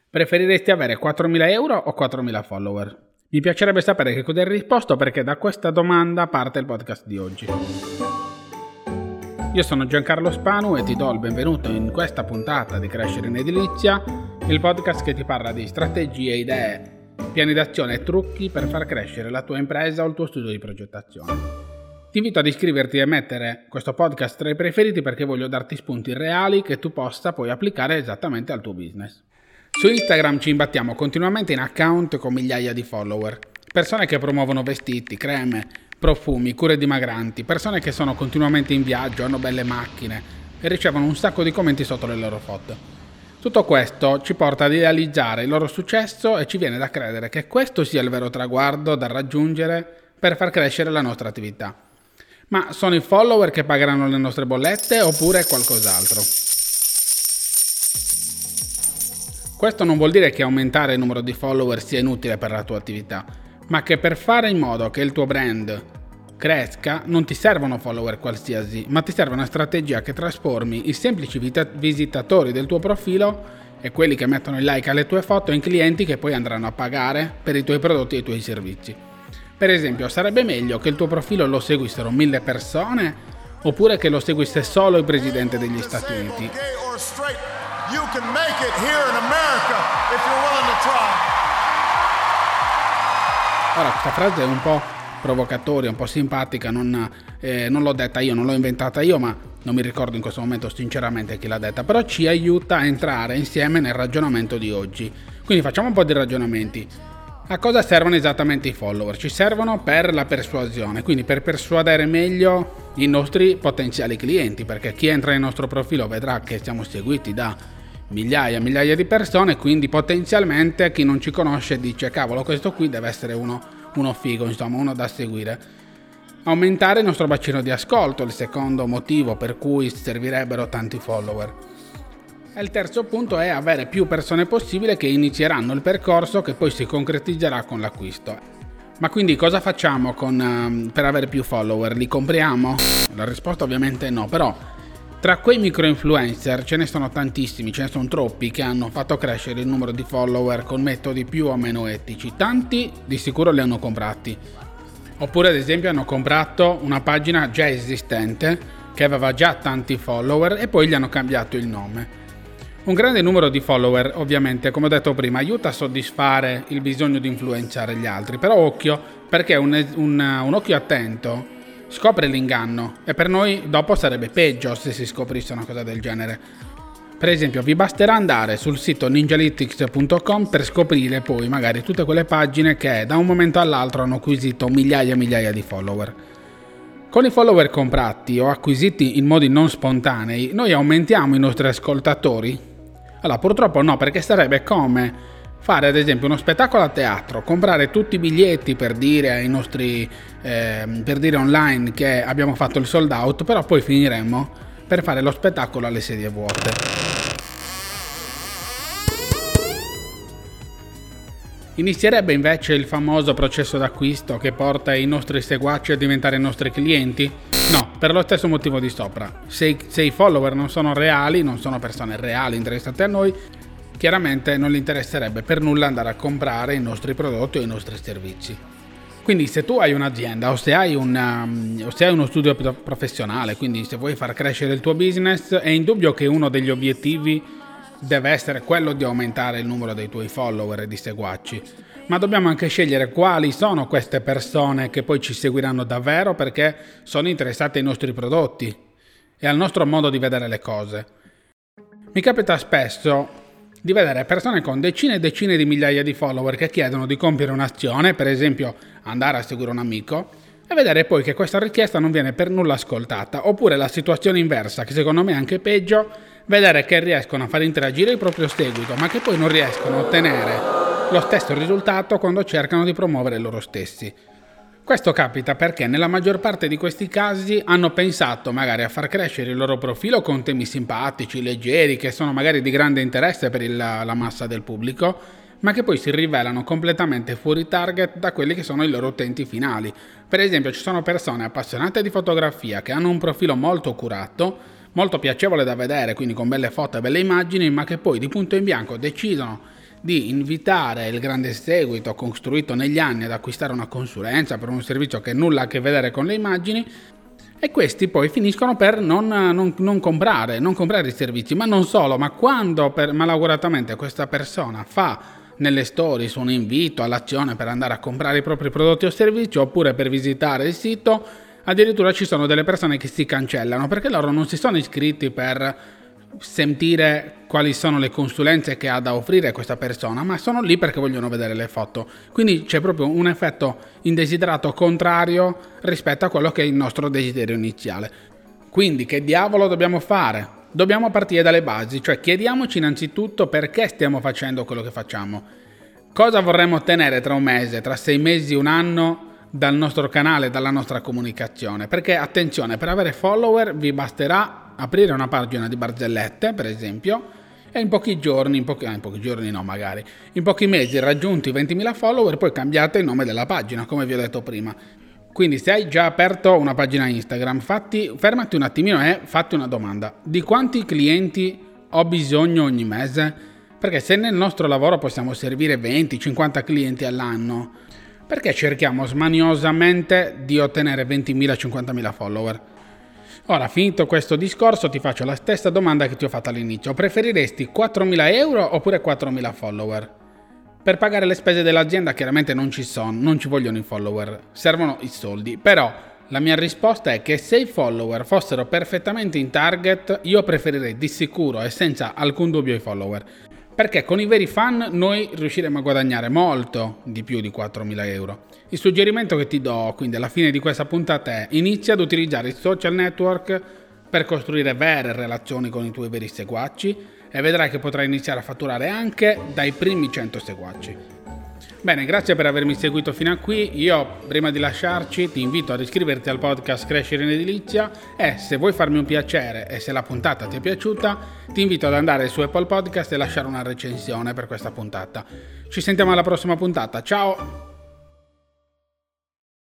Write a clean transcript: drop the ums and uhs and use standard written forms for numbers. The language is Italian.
Preferiresti avere 4.000 euro o 4.000 follower? Mi piacerebbe sapere che cosa hai risposto, perché da questa domanda parte il podcast di oggi. Io sono Giancarlo Spanu e ti do il benvenuto in questa puntata di Crescere in Edilizia, il podcast che ti parla di strategie, idee, piani d'azione e trucchi per far crescere la tua impresa o il tuo studio di progettazione. Ti invito ad iscriverti e mettere questo podcast tra i preferiti, perché voglio darti spunti reali che tu possa poi applicare esattamente al tuo business. Su Instagram ci imbattiamo continuamente in account con migliaia di follower, persone che promuovono vestiti, creme, profumi, cure dimagranti, persone che sono continuamente in viaggio, hanno belle macchine e ricevono un sacco di commenti sotto le loro foto. Tutto questo ci porta ad idealizzare il loro successo e ci viene da credere che questo sia il vero traguardo da raggiungere per far crescere la nostra attività. Ma sono i follower che pagheranno le nostre bollette oppure qualcos'altro? Questo non vuol dire che aumentare il numero di follower sia inutile per la tua attività, ma che per fare in modo che il tuo brand cresca non ti servono follower qualsiasi, ma ti serve una strategia che trasformi i semplici visitatori del tuo profilo e quelli che mettono il like alle tue foto in clienti che poi andranno a pagare per i tuoi prodotti e i tuoi servizi. Per esempio, sarebbe meglio che il tuo profilo lo seguissero 1.000 persone oppure che lo seguisse solo il presidente degli Stati Uniti? You can make it here in America if you're willing to try. Ora, questa frase è un po' provocatoria, un po' simpatica, non l'ho detta io, non l'ho inventata io, ma non mi ricordo in questo momento sinceramente chi l'ha detta, però ci aiuta a entrare insieme nel ragionamento di oggi. Quindi facciamo un po' di ragionamenti. A cosa servono esattamente i follower? Ci servono per la persuasione, quindi per persuadere meglio i nostri potenziali clienti, perché chi entra nel nostro profilo vedrà che siamo seguiti da migliaia e migliaia di persone, quindi potenzialmente chi non ci conosce dice: cavolo, questo qui deve essere uno figo, insomma, uno da seguire. Aumentare il nostro bacino di ascolto, il secondo motivo per cui servirebbero tanti follower. E il terzo punto è avere più persone possibile che inizieranno il percorso che poi si concretizzerà con l'acquisto. Ma quindi cosa facciamo per avere più follower? Li compriamo? La risposta ovviamente è no, però tra quei micro-influencer ce ne sono tantissimi, ce ne sono troppi che hanno fatto crescere il numero di follower con metodi più o meno etici. Tanti di sicuro li hanno comprati. Oppure ad esempio hanno comprato una pagina già esistente che aveva già tanti follower e poi gli hanno cambiato il nome. Un grande numero di follower ovviamente, come ho detto prima, aiuta a soddisfare il bisogno di influenzare gli altri, però occhio, perché un occhio attento scopre l'inganno e per noi dopo sarebbe peggio se si scoprisse una cosa del genere. Per esempio, vi basterà andare sul sito ninjalytics.com per scoprire poi magari tutte quelle pagine che da un momento all'altro hanno acquisito migliaia e migliaia di follower. Con i follower comprati o acquisiti in modi non spontanei, noi aumentiamo i nostri ascoltatori? Allora, purtroppo no, perché sarebbe come fare ad esempio uno spettacolo a teatro, comprare tutti i biglietti per dire ai nostri per dire online che abbiamo fatto il sold out, però poi finiremmo per fare lo spettacolo alle sedie vuote. Inizierebbe invece il famoso processo d'acquisto che porta i nostri seguaci a diventare i nostri clienti? No, per lo stesso motivo di sopra. Se i follower non sono reali, non sono persone reali interessate a noi, chiaramente non gli interesserebbe per nulla andare a comprare i nostri prodotti o i nostri servizi. Quindi se tu hai un'azienda o se hai uno studio professionale, quindi se vuoi far crescere il tuo business, è indubbio che uno degli obiettivi deve essere quello di aumentare il numero dei tuoi follower e di seguaci. Ma dobbiamo anche scegliere quali sono queste persone che poi ci seguiranno davvero perché sono interessate ai nostri prodotti e al nostro modo di vedere le cose. Mi capita spesso di vedere persone con decine e decine di migliaia di follower che chiedono di compiere un'azione, per esempio andare a seguire un amico, e vedere poi che questa richiesta non viene per nulla ascoltata, oppure la situazione inversa, che secondo me è anche peggio, vedere che riescono a far interagire il proprio seguito, ma che poi non riescono a ottenere lo stesso risultato quando cercano di promuovere loro stessi. Questo capita perché nella maggior parte di questi casi hanno pensato magari a far crescere il loro profilo con temi simpatici, leggeri, che sono magari di grande interesse per la massa del pubblico, ma che poi si rivelano completamente fuori target da quelli che sono i loro utenti finali. Per esempio, ci sono persone appassionate di fotografia che hanno un profilo molto curato, molto piacevole da vedere, quindi con belle foto e belle immagini, ma che poi di punto in bianco decidono di invitare il grande seguito costruito negli anni ad acquistare una consulenza per un servizio che nulla ha a che vedere con le immagini, e questi poi finiscono per non comprare i servizi. Ma non solo, ma quando malauguratamente questa persona fa nelle stories un invito all'azione per andare a comprare i propri prodotti o servizi, oppure per visitare il sito, addirittura ci sono delle persone che si cancellano perché loro non si sono iscritti per sentire quali sono le consulenze che ha da offrire questa persona, ma sono lì perché vogliono vedere le foto. Quindi c'è proprio un effetto indesiderato contrario rispetto a quello che è il nostro desiderio iniziale. Quindi che diavolo dobbiamo fare? Dobbiamo partire dalle basi, cioè chiediamoci innanzitutto perché stiamo facendo quello che facciamo. Cosa vorremmo ottenere tra un mese, tra 6 mesi, un anno dal nostro canale, dalla nostra comunicazione? Perché attenzione, per avere follower vi basterà aprire una pagina di barzellette, per esempio, e in pochi mesi raggiunti 20.000 follower, poi cambiate il nome della pagina, come vi ho detto prima. Quindi se hai già aperto una pagina Instagram, fermati un attimino e fatti una domanda: di quanti clienti ho bisogno ogni mese? Perché se nel nostro lavoro possiamo servire 20-50 clienti all'anno, perché cerchiamo smaniosamente di ottenere 20.000-50.000 follower? Ora, finito questo discorso, ti faccio la stessa domanda che ti ho fatto all'inizio. Preferiresti 4.000 euro oppure 4.000 follower? Per pagare le spese dell'azienda chiaramente non ci vogliono i follower, servono i soldi. Però la mia risposta è che se i follower fossero perfettamente in target, io preferirei di sicuro e senza alcun dubbio i follower. Perché con i veri fan noi riusciremo a guadagnare molto di più di 4.000 euro. Il suggerimento che ti do quindi alla fine di questa puntata è: inizia ad utilizzare i social network per costruire vere relazioni con i tuoi veri seguaci e vedrai che potrai iniziare a fatturare anche dai primi 100 seguaci. Bene, grazie per avermi seguito fino a qui. Io, prima di lasciarci, ti invito ad iscriverti al podcast Crescere in Edilizia e, se vuoi farmi un piacere e se la puntata ti è piaciuta, ti invito ad andare su Apple Podcast e lasciare una recensione per questa puntata. Ci sentiamo alla prossima puntata, ciao!